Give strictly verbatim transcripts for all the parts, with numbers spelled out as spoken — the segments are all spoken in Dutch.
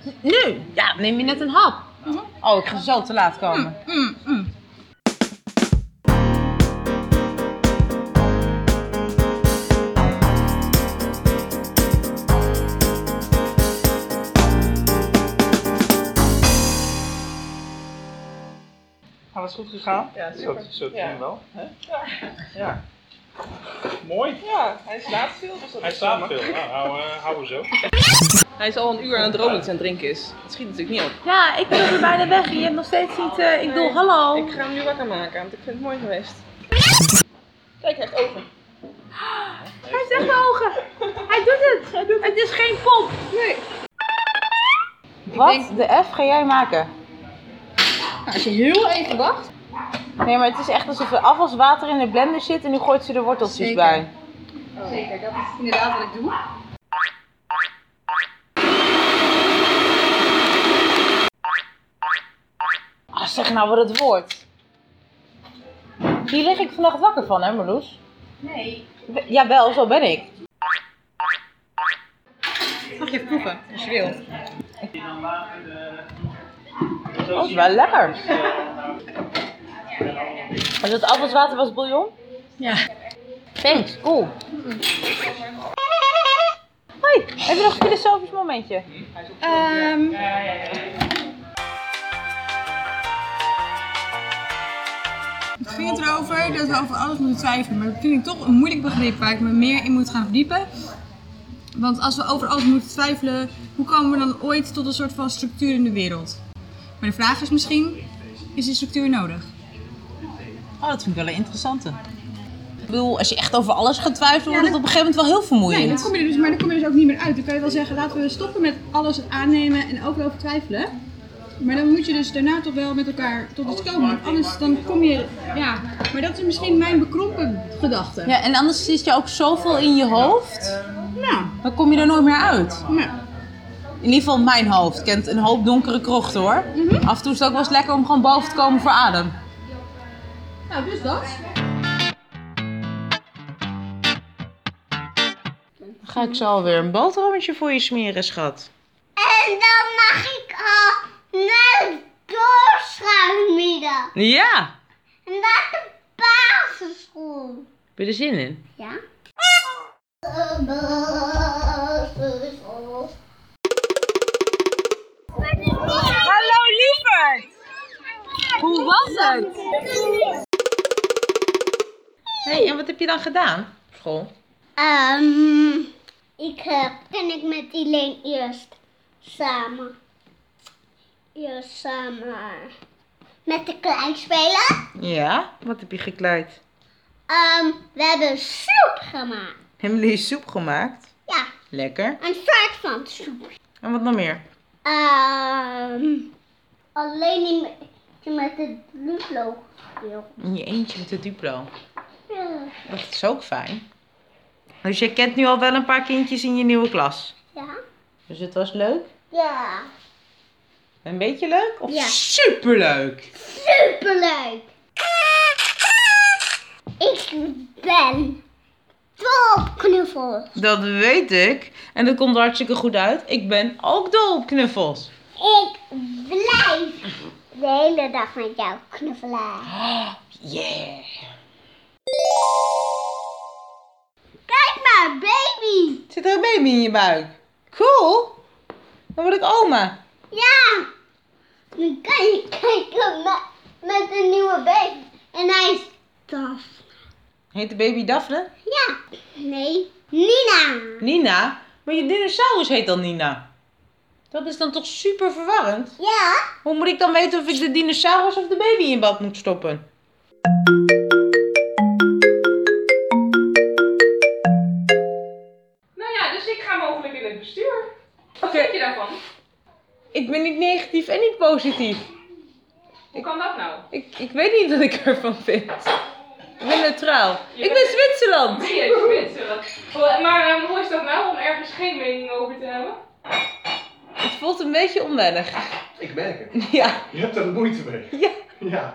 Nu? Ja, neem je net een hap. Mm-hmm. Oh, ik ga zo te laat komen. Mm, mm, mm. Alles goed gegaan? Ja, Zo, super. zo te Ja. doen wel. Hè? Ja. Ja. Mooi. Ja, hij slaapt veel. Dus dat Hij is slaapt jammer. veel. Nou, hou, uh, hou zo. Hij is al een uur aan het dromen dat hij aan het drinken is. Dat schiet natuurlijk niet op. Ja, ik ben er bijna weg en je hebt nog steeds niet... Uh, ik bedoel, Nee, hallo. Ik ga hem nu wakker maken, want ik vind het mooi geweest. Kijk, hij heeft ogen. Hij zegt ogen. Hij doet het. Hij doet het. Het is geen pop. Nee. Wat denk- de F ga jij maken? Nou, als je heel even wacht. Nee, maar het is echt alsof er afwaswater in de blender zit en nu gooit ze er worteltjes Zeker. bij. Zeker, dat is inderdaad wat ik doe. Ah, zeg nou wat het wordt. Hier lig ik vannacht wakker van, hè Marloes? Nee. Jawel, zo ben ik. Mag je even proeven, als je wil. Oh, dat is wel lekker. Maar dat afwaswater was bouillon? Ja. Thanks, cool. Hoi, heb je nog een filosofisch momentje? Um, ik ging het erover dat we over alles moeten twijfelen, maar dat vind ik toch een moeilijk begrip waar ik me meer in moet gaan verdiepen. Want als we over alles moeten twijfelen, hoe komen we dan ooit tot een soort van structuur in de wereld? Maar de vraag is misschien, is die structuur nodig? Oh, dat vind ik wel een interessante. Ik bedoel, als je echt over alles gaat twijfelen, Ja, wordt het op een gegeven moment wel heel vermoeiend. Nee, dan kom je er dus, maar dan kom je er dus ook niet meer uit. Dan kan je wel zeggen, laten we stoppen met alles aannemen en overal over twijfelen. Maar dan moet je dus daarna toch wel met elkaar tot iets komen. Want anders dan kom je, ja. Maar dat is misschien mijn bekrompen gedachte. Ja, en anders zit je ook zoveel in je hoofd, Nou, dan kom je er nooit meer uit. nou. In ieder geval mijn hoofd kent een hoop donkere krochten hoor. Mhm. Af en toe is het ook wel eens lekker om gewoon boven te komen voor adem. Nou, dus dat. Dan ga ik zo alweer een boterhammetje voor je smeren, schat. En dan mag ik al naar de doorschuimiddag. Ja! En naar de basisschool. Heb je er zin in? Ja? De basisschool. Hallo lieverd! Hoe was het? Hé, hey, en wat heb je dan gedaan op school? Ehm, ik heb, en ik met Elaine eerst samen. Eerst samen met de klein spelen. Ja, wat heb je gekleid? Ehm, we hebben soep gemaakt. Hebben jullie soep gemaakt? Ja, Lekker. een soort van soep. En wat nog meer? Ehm, alleen niet met, met het Duplo gespeeld. In je eentje met de Duplo. Ja. Dat is ook fijn. Dus je kent nu al wel een paar kindjes in je nieuwe klas. Ja? Dus het was leuk? Ja. Een beetje leuk? Of Ja. superleuk? Superleuk! Ik ben dol op knuffels. Dat weet ik. En dat komt hartstikke goed uit. Ik ben ook dol op knuffels. Ik blijf de hele dag met jou knuffelen. Oh, yeah. Kijk maar, baby! Zit er een baby in je buik? Cool. Dan word ik oma. Ja! Nu kan je kijken met, met een nieuwe baby. En hij is tof. Heet de baby Daphne? Ja. Nee, Nina. Nina? Maar je dinosaurus heet dan Nina. Dat is dan toch super verwarrend? Ja. Hoe moet ik dan weten of ik de dinosaurus of de baby in bad moet stoppen? Nou ja, dus ik ga mogelijk in het bestuur. Wat Oké. vind je daarvan? Ik ben niet negatief en niet positief. Hoe kan dat nou? Ik, ik weet niet wat ik ervan vind. Ik ben neutraal. Je Ik bent- ben Zwitserland. Nee, je Zwitserland. Hoe- Maar eh, hoe is dat nou om ergens geen mening over te hebben? Het voelt een beetje onwennig. Ik merk het. Ja. Je hebt er moeite mee. Ja. Ja.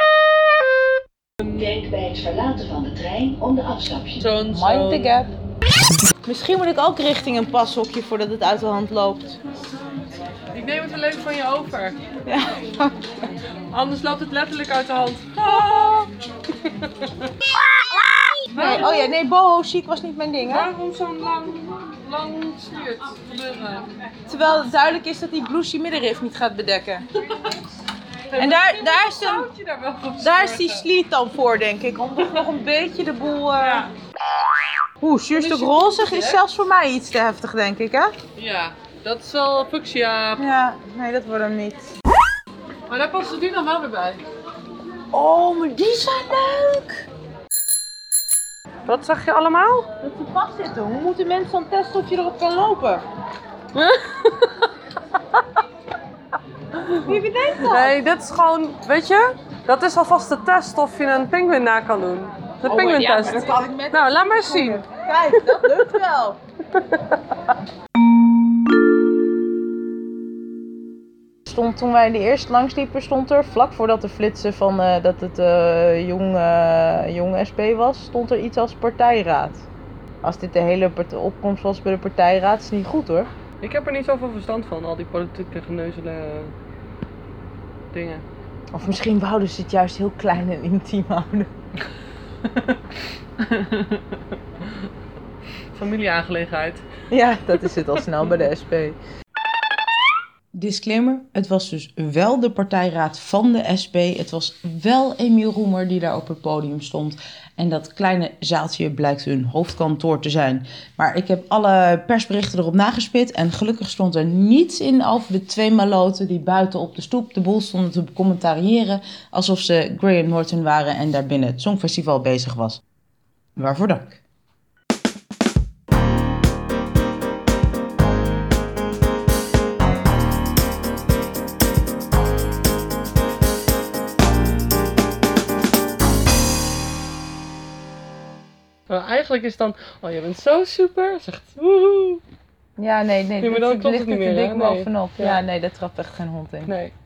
Denk bij het verlaten van de trein om de afstapjes. Mind the gap. Misschien moet ik ook richting een pashokje voordat het uit de hand loopt. Ik neem het wel even van je over. Ja. Anders loopt het letterlijk uit de hand. Nee, oh ja, nee, boho chic was niet mijn ding, hè? Waarom zo'n lang, lang shirt gebeuren? Terwijl het duidelijk is dat die blouse je middenrif niet gaat bedekken. En daar, daar, is, een, daar, wel voor daar is die sleet dan voor, denk ik. Om toch nog een beetje de boel... Uh... Ja. Oeh, zuurstuk rozig is zelfs voor mij iets te heftig, denk ik, hè? Ja, dat is wel fuchsia. Ja, nee, dat wordt hem niet. Maar daar passen die dan wel weer bij. Oh, maar die zijn leuk! Wat zag je allemaal? Dat die vast zitten. Hoe moeten mensen dan testen of je erop kan lopen? Wie bedenkt dat? Nee, dit is gewoon, weet je, dat is alvast de test of je een pinguïn na kan doen. De Oh, pinguïntest. ja, maar dat kan ik met... Nou, laat maar eens zien. Kijk, dat lukt wel. Stond, toen wij de eerste langsliepen, stond er vlak voordat de flitsen van uh, dat het uh, jong, uh, jong S P was, stond er iets als partijraad. Als dit de hele part- opkomst was bij de partijraad, is het niet goed hoor. Ik heb er niet zoveel verstand van, al die politieke geneuzelen dingen. Of misschien wouden ze het juist heel klein en intiem houden. Familieaangelegenheid. Ja, dat is het al snel bij de S P. Disclaimer, het was dus wel de partijraad van de S P. Het was wel Emiel Roemer die daar op het podium stond. En dat kleine zaaltje blijkt hun hoofdkantoor te zijn. Maar ik heb alle persberichten erop nagespit. En gelukkig stond er niets in over de twee maloten die buiten op de stoep de boel stonden te commentariëren. Alsof ze Graham Norton waren en daar binnen het Songfestival bezig was. Waarvoor dank. Nou, eigenlijk is het dan, oh je bent zo super, zegt woehoe. Ja, nee, nee, Nee, maar dat dan klopt ligt het er niet te meer, dik hè? Nee. bovenop. Ja. Ja. ja, nee, dat trapt echt geen hond in. Nee.